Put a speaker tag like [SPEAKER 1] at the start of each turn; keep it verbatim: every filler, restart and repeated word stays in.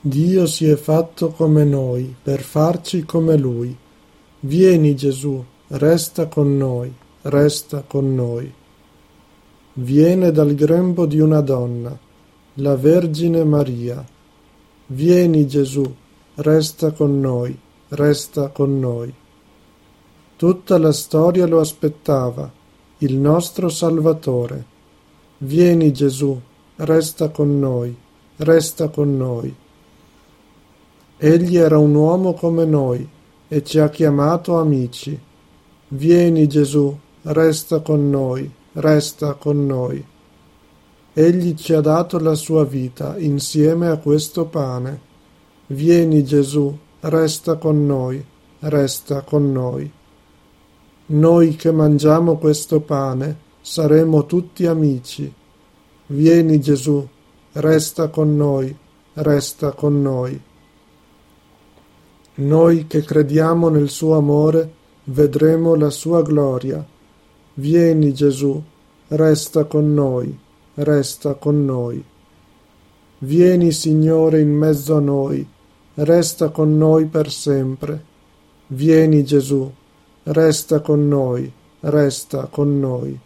[SPEAKER 1] Dio si è fatto come noi, per farci come Lui. Vieni Gesù, resta con noi, resta con noi. Viene dal grembo di una donna, la Vergine Maria. Vieni Gesù, resta con noi, resta con noi. Tutta la storia lo aspettava, il nostro Salvatore. Vieni Gesù, resta con noi, resta con noi. Egli era un uomo come noi e ci ha chiamato amici. Vieni Gesù, resta con noi, resta con noi. Egli ci ha dato la sua vita insieme a questo pane. Vieni Gesù, resta con noi, resta con noi. Noi che mangiamo questo pane saremo tutti amici. Vieni Gesù, resta con noi, resta con noi. Noi che crediamo nel suo amore vedremo la sua gloria. Vieni Gesù, resta con noi, resta con noi. Vieni Signore in mezzo a noi, resta con noi per sempre. Vieni Gesù, resta con noi, resta con noi.